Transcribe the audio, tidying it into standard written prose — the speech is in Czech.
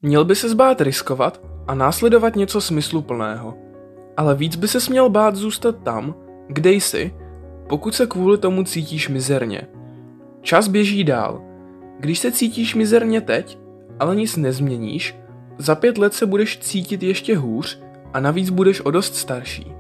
Měl by se bát riskovat a následovat něco smysluplného. Ale víc by se měl bát zůstat tam, kde jsi, pokud se kvůli tomu cítíš mizerně. Čas běží dál. Když se cítíš mizerně teď, ale nic nezměníš, za 5 let se budeš cítit ještě hůř a navíc budeš o dost starší.